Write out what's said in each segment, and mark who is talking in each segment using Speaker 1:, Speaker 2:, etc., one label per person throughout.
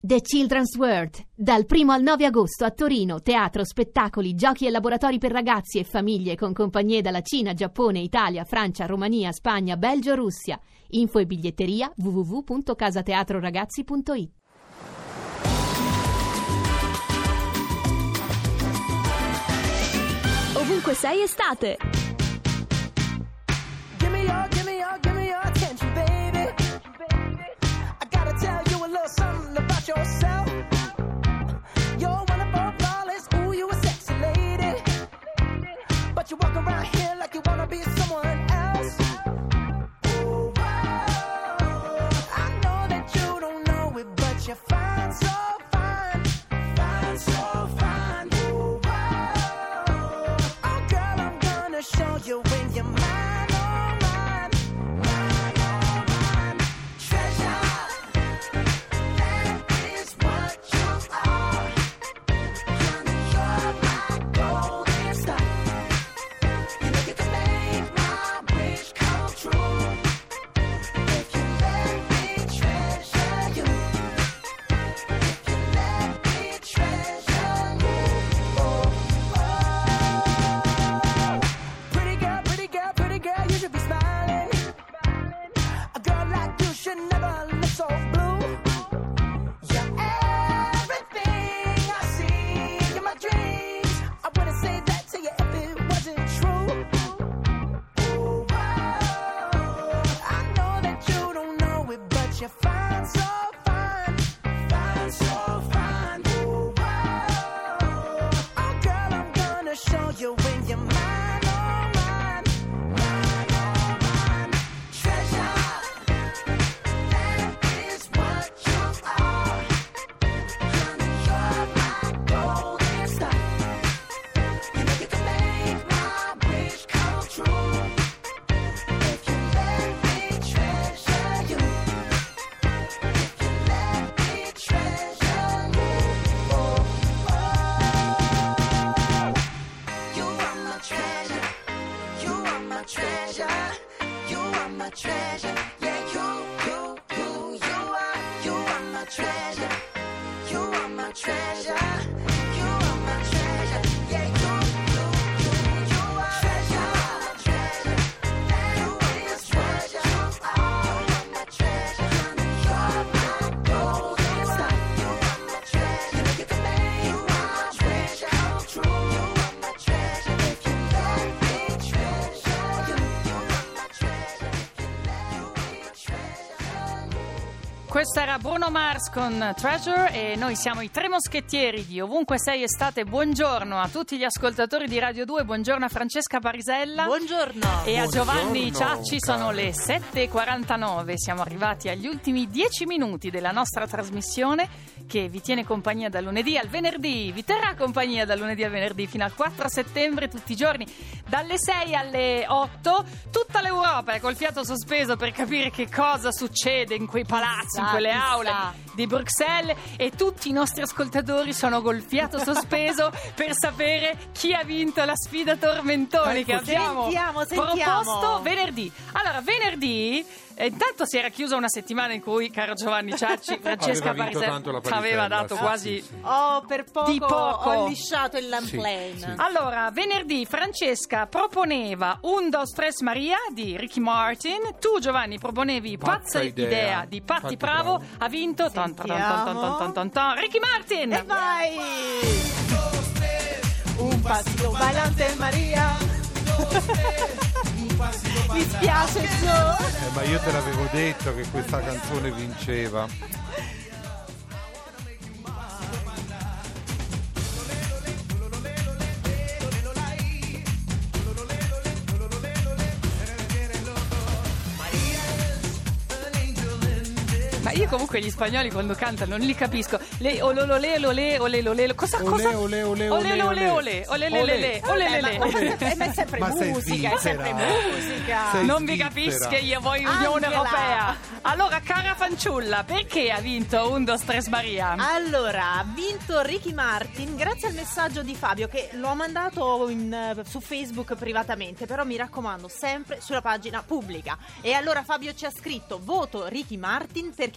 Speaker 1: The Children's World, dal 1 al 9 agosto a Torino, teatro, spettacoli, giochi e laboratori per ragazzi e famiglie con compagnie dalla Cina, Giappone, Italia, Francia, Romania, Spagna, Belgio, Russia. Info e biglietteria www.casateatroragazzi.it.
Speaker 2: Ovunque sei estate.
Speaker 3: Give me your attention, baby. I gotta tell you a little something about yourself. You're wonderful, flawless, ooh, you a sexy lady. But you walk around here like you wanna be someone else. Ooh, whoa. I know that you don't know it, but you're fine, so fine. Fine, so fine. Ooh, whoa. Oh, girl, I'm gonna show you when you're mine.
Speaker 4: Questa era Bruno Mars con Treasure e noi siamo i tre moschettieri di Ovunque Sei Estate. Buongiorno a tutti gli ascoltatori di Radio 2, buongiorno a Francesca Parisella.
Speaker 5: Buongiorno.
Speaker 4: E a Giovanni
Speaker 6: Buongiorno,
Speaker 4: Ciacci, sono le 7.49, siamo arrivati agli ultimi 10 minuti della nostra trasmissione che vi tiene compagnia dal lunedì al venerdì, vi terrà compagnia dal lunedì al venerdì fino al 4 settembre tutti i giorni, dalle 6 alle 8, tutta l'Europa è col fiato sospeso per capire che cosa succede in quei palazzi, in quelle aule di Bruxelles, e tutti i nostri ascoltatori sono col fiato sospeso per sapere chi ha vinto la sfida Tormentoni che abbiamo proposto venerdì. Allora, venerdì intanto si era chiusa una settimana in cui, caro Giovanni Ciacci, Francesca Parisella aveva dato quasi
Speaker 5: per
Speaker 4: di poco.
Speaker 5: ho lisciato il lamplane.
Speaker 6: Sì.
Speaker 4: Allora, venerdì Francesca proponeva Un, dos, tres Maria di Ricky Martin, tu Giovanni proponevi Pazza idea di Patti Bravo. Ha vinto Ricky Martin.
Speaker 5: E vai! Un pasito balante Maria. Mi spiace Gio.
Speaker 6: Ma io te l'avevo detto che questa canzone vinceva.
Speaker 4: Ma io comunque gli spagnoli quando cantano non li capisco. Le ololole olole olele cosa
Speaker 6: Olè, olè, olè, olè,
Speaker 4: olè olè olè.
Speaker 5: Ma è sempre
Speaker 6: Ma sei
Speaker 5: musica, è sempre
Speaker 6: svizzera.
Speaker 5: musica.
Speaker 6: Sei
Speaker 4: Non vi
Speaker 6: svizzera.
Speaker 4: capisco io voi Unione
Speaker 5: Angela.
Speaker 4: Europea. Allora, cara fanciulla, perché ha vinto Un, dos, tres Maria?
Speaker 5: Allora, ha vinto Ricky Martin grazie al messaggio di Fabio che l'ho mandato su Facebook privatamente, però mi raccomando sempre sulla pagina pubblica. E allora Fabio ci ha scritto: voto Ricky Martin perché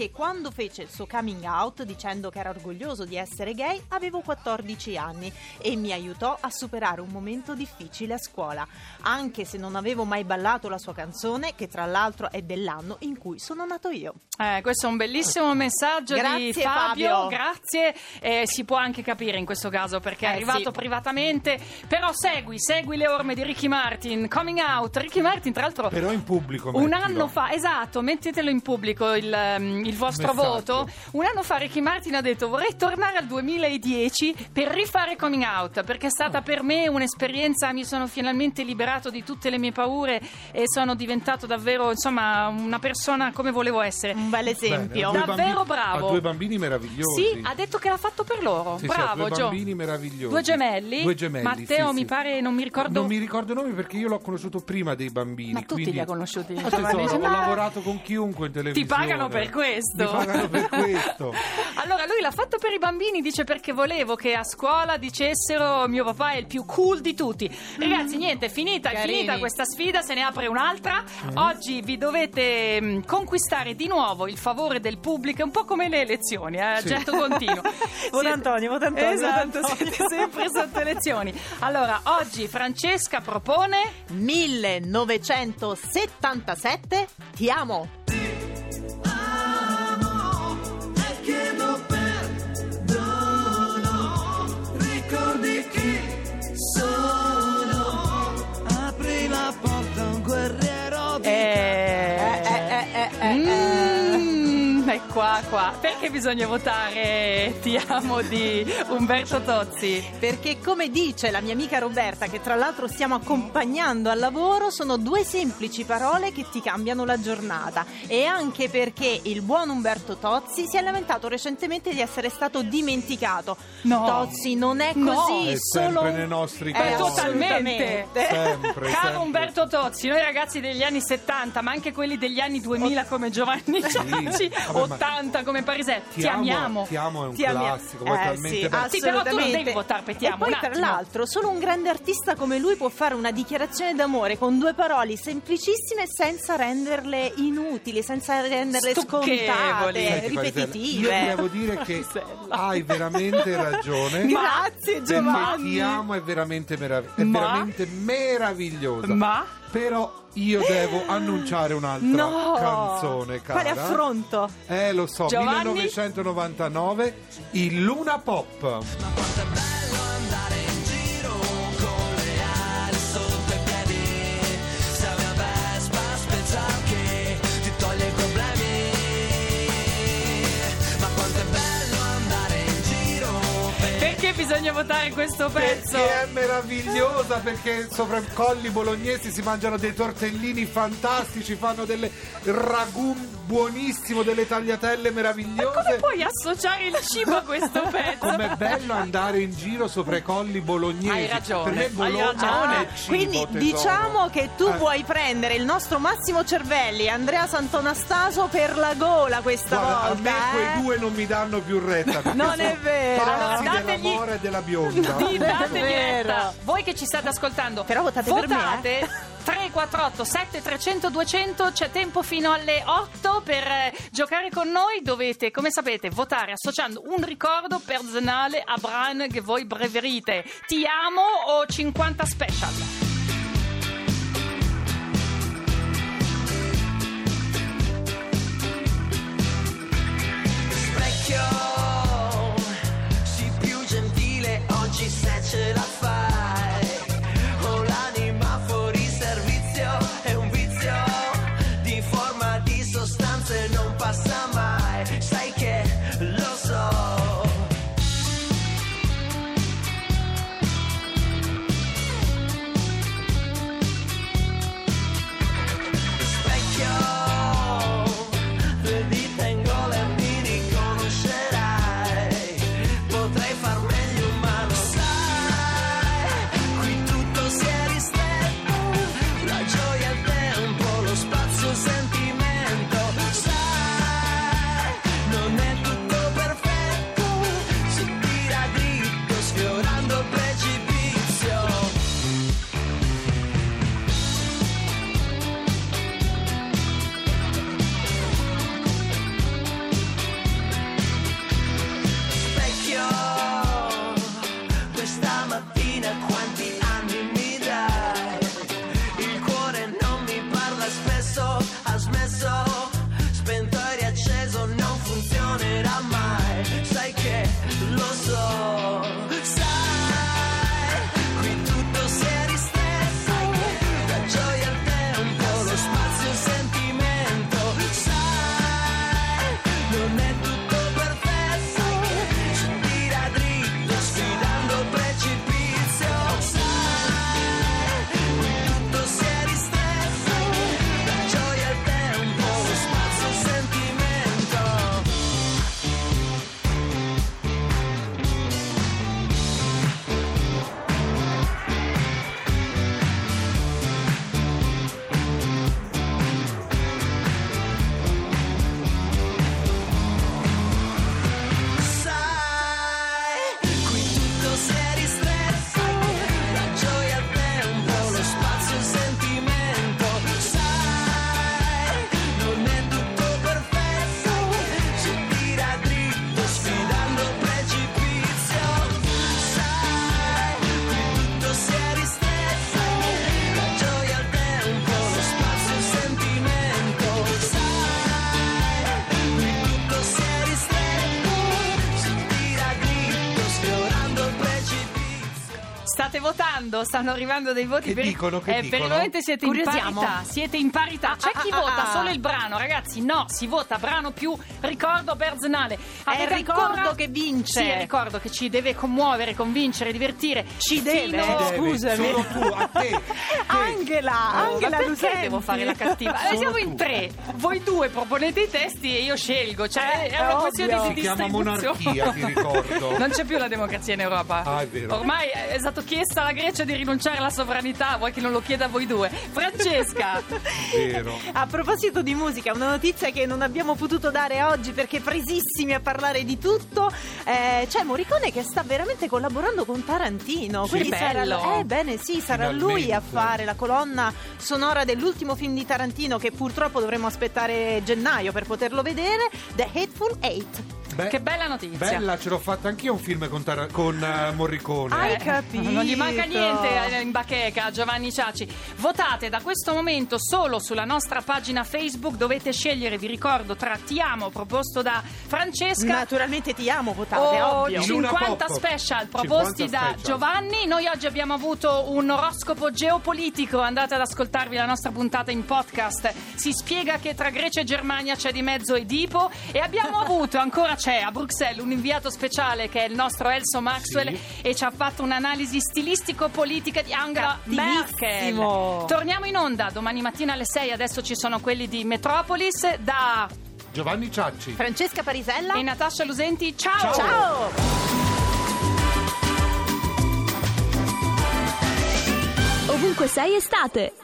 Speaker 5: che quando fece il suo coming out dicendo che era orgoglioso di essere gay avevo 14 anni e mi aiutò a superare un momento difficile a scuola, anche se non avevo mai ballato la sua canzone, che tra l'altro è dell'anno in cui sono nato io.
Speaker 4: Questo è un bellissimo messaggio
Speaker 5: Grazie,
Speaker 4: di Fabio.
Speaker 5: Fabio.
Speaker 4: Grazie. Si può anche capire in questo caso perché è arrivato
Speaker 5: sì.
Speaker 4: privatamente. Però segui le orme di Ricky Martin. Coming out. Ricky Martin, tra l'altro,
Speaker 6: Però in pubblico
Speaker 4: un
Speaker 6: mettilo.
Speaker 4: anno fa, esatto, mettetelo in pubblico il vostro
Speaker 6: Messaggio.
Speaker 4: voto. Un anno fa Ricky Martin ha detto: vorrei tornare al 2010 per rifare coming out, perché è stata per me un'esperienza, mi sono finalmente liberato di tutte le mie paure e sono diventato davvero, insomma, una persona come volevo essere.
Speaker 5: Un bel esempio.
Speaker 6: Bene, ha due
Speaker 4: Davvero bravo.
Speaker 6: Ha due bambini meravigliosi.
Speaker 4: Sì, ha detto che l'ha fatto per loro.
Speaker 6: Sì,
Speaker 4: Bravo,
Speaker 6: ha due
Speaker 4: Gio.
Speaker 6: bambini meravigliosi.
Speaker 4: Due gemelli?
Speaker 6: Due gemelli,
Speaker 4: Matteo,
Speaker 6: sì,
Speaker 4: mi
Speaker 6: sì.
Speaker 4: pare, non mi ricordo.
Speaker 6: Non mi ricordo i nomi perché io l'ho conosciuto prima dei bambini.
Speaker 4: Ma tutti
Speaker 6: quindi...
Speaker 4: li ha conosciuti.
Speaker 6: Ma
Speaker 4: Giovanni.
Speaker 6: tesoro, ho
Speaker 4: Ma-
Speaker 6: lavorato con chiunque in televisione.
Speaker 4: Ti pagano per questo.
Speaker 6: Mi pagano per questo.
Speaker 4: Allora lui l'ha fatto per i bambini, dice, perché volevo che a scuola dicessero mio papà è il più cool di tutti. Ragazzi, niente, è finita questa sfida, se ne apre un'altra. Oggi vi dovete conquistare di nuovo il favore del pubblico, è un po' come le elezioni,
Speaker 6: Sì.
Speaker 4: getto continuo.
Speaker 5: Vota Antonio, vota Antonio.
Speaker 4: Esatto,
Speaker 5: vota Antonio.
Speaker 4: siete sempre sotto elezioni. Allora, oggi Francesca propone
Speaker 5: 1977, ti amo.
Speaker 3: Ricordi chi sono? Apri la porta a un guerriero di
Speaker 4: è qua. Perché bisogna votare Ti amo di Umberto Tozzi?
Speaker 5: Perché, come dice la mia amica Roberta, che tra l'altro stiamo accompagnando al lavoro, sono due semplici parole che ti cambiano la giornata. E anche perché il buon Umberto Tozzi si è lamentato recentemente di essere stato dimenticato.
Speaker 4: No.
Speaker 5: Tozzi, non è
Speaker 4: No.
Speaker 5: così,
Speaker 6: È
Speaker 5: solo
Speaker 6: sempre nei nostri
Speaker 4: Beh,
Speaker 6: cuori.
Speaker 4: totalmente.
Speaker 6: Sempre,
Speaker 4: Caro
Speaker 6: sempre.
Speaker 4: Umberto Tozzi, noi ragazzi degli anni 70, ma anche quelli degli anni 2000 come Giovanni Ciacci,
Speaker 6: Vabbè, ma
Speaker 4: 80 come Parisetti, ti amiamo.
Speaker 6: Ti amo è un
Speaker 5: Ti amiamo.
Speaker 6: classico, ma è talmente
Speaker 5: sì,
Speaker 6: bello.
Speaker 4: Sì, però tu non
Speaker 5: assolutamente.
Speaker 4: devi votare per Ti amo,
Speaker 5: E poi
Speaker 4: un
Speaker 5: tra
Speaker 4: attimo.
Speaker 5: l'altro solo un grande artista come lui può fare una dichiarazione d'amore con due parole semplicissime senza renderle inutili, senza renderle
Speaker 4: Stucchevoli.
Speaker 5: scontate,
Speaker 6: Senti, Parisella,
Speaker 5: ripetitive.
Speaker 6: io devo dire che
Speaker 4: Parisella.
Speaker 6: hai veramente ragione.
Speaker 5: Grazie
Speaker 6: Perché
Speaker 5: Giovanni.
Speaker 6: Ti amo è veramente,
Speaker 4: Ma?
Speaker 6: veramente meravigliosa.
Speaker 4: Ma?
Speaker 6: Però io devo annunciare un'altra
Speaker 5: No.
Speaker 6: canzone, cara.
Speaker 5: Quale affronto?
Speaker 6: Lo so,
Speaker 4: Giovanni?
Speaker 6: 1999, il Luna Pop.
Speaker 4: Perché bisogna votare questo pezzo?
Speaker 6: Perché è meravigliosa, perché sopra i colli bolognesi si mangiano dei tortellini fantastici, fanno delle ragù buonissimo, delle tagliatelle meravigliose.
Speaker 4: Come puoi associare il cibo a questo pezzo?
Speaker 6: Com'è bello andare in giro sopra i colli bolognesi.
Speaker 4: Hai ragione,
Speaker 6: Per me
Speaker 4: hai
Speaker 6: Bologna
Speaker 4: ragione.
Speaker 6: è cibo,
Speaker 5: Quindi
Speaker 6: tesoro.
Speaker 5: diciamo che tu vuoi prendere il nostro Massimo Cervelli, Andrea Santonastaso, per la gola questa
Speaker 6: Guarda, a
Speaker 5: volta.
Speaker 6: me quei due non mi danno più retta. perché
Speaker 5: Non
Speaker 6: sono
Speaker 5: è vero.
Speaker 6: pazzi
Speaker 4: Dategli-
Speaker 6: dell'amore e della bionda.
Speaker 4: Sì, dategli
Speaker 5: Vero.
Speaker 4: retta. Voi che ci state ascoltando,
Speaker 5: Però votate per me,
Speaker 4: votate 348 7300 200, c'è tempo fino alle 8 per giocare con noi. Dovete, come sapete, votare associando un ricordo personale a brano che voi preferite. Ti amo o 50 special.
Speaker 3: specchio, sii più gentile oggi se ce la fai. Ho l'anima fuori servizio, è un vizio di forma di sostanze, non passa mai, sai che lo so.
Speaker 4: State votando, stanno arrivando dei voti.
Speaker 6: Che dicono?
Speaker 4: Per il momento siete in
Speaker 5: Curiosiamo.
Speaker 4: parità. Siete in parità. C'è chi vota solo il brano, ragazzi. No, si vota brano più ricordo personale.
Speaker 5: È il ricordo che vince.
Speaker 4: Sì, è il ricordo che ci deve commuovere, convincere, divertire.
Speaker 5: Ci deve. Scusami.
Speaker 6: Solo tu, a te.
Speaker 5: Angela
Speaker 4: Ma perché
Speaker 5: Lucenti.
Speaker 4: devo fare la cattiva?
Speaker 6: Solo
Speaker 4: Siamo
Speaker 6: tu.
Speaker 4: in 3. Voi 2 proponete i testi e io scelgo. Cioè, è una
Speaker 5: ovvio.
Speaker 4: questione di
Speaker 6: Si chiama
Speaker 4: distribuzione.
Speaker 6: monarchia, ti ricordo.
Speaker 4: Non c'è più la democrazia in Europa.
Speaker 6: Ah, è vero.
Speaker 4: Ormai è stato chiesto alla Grecia di rinunciare alla sovranità. Vuoi che non lo chieda a voi 2? Francesca.
Speaker 6: Vero.
Speaker 5: A proposito di musica, una notizia che non abbiamo potuto dare oggi perché presissimi a parlare di tutto, c'è Morricone che sta veramente collaborando con Tarantino.
Speaker 4: Che
Speaker 5: Quindi
Speaker 4: bello.
Speaker 5: sarà lui a
Speaker 6: Finalmente.
Speaker 5: fare la colonna sonora dell'ultimo film di Tarantino, che purtroppo dovremo aspettare gennaio per poterlo vedere, The Hateful Eight.
Speaker 6: Beh,
Speaker 4: Che bella notizia.
Speaker 6: bella, ce l'ho fatta anch'io un film con Morricone.
Speaker 5: Hai capito?
Speaker 4: Non gli manca niente in bacheca a Giovanni Ciacci. Votate da questo momento solo sulla nostra pagina Facebook. Dovete scegliere, vi ricordo, tra Ti amo proposto da Francesca
Speaker 5: Naturalmente Ti amo, votate,
Speaker 4: o
Speaker 5: ovvio.
Speaker 6: In Luna
Speaker 4: 50
Speaker 6: Pop.
Speaker 4: special proposti
Speaker 6: 50
Speaker 4: da
Speaker 6: special.
Speaker 4: Giovanni. Noi oggi abbiamo avuto un oroscopo geopolitico. Andate ad ascoltarvi la nostra puntata in podcast. Si spiega che tra Grecia e Germania c'è di mezzo Edipo. E abbiamo avuto, ancora c'è a Bruxelles, un inviato speciale che è il nostro Elso Maxwell,
Speaker 6: Sì.
Speaker 4: e ci ha fatto un'analisi stilistico-politica di Angela Merkel.
Speaker 5: Cattivissimo.
Speaker 4: Torniamo in onda domani mattina alle 6. Adesso ci sono quelli di Metropolis da
Speaker 6: Giovanni Ciacci.
Speaker 5: Francesca Parisella.
Speaker 4: e Natascia Lusenti. Ciao!
Speaker 5: Ciao!
Speaker 2: Ovunque sei estate.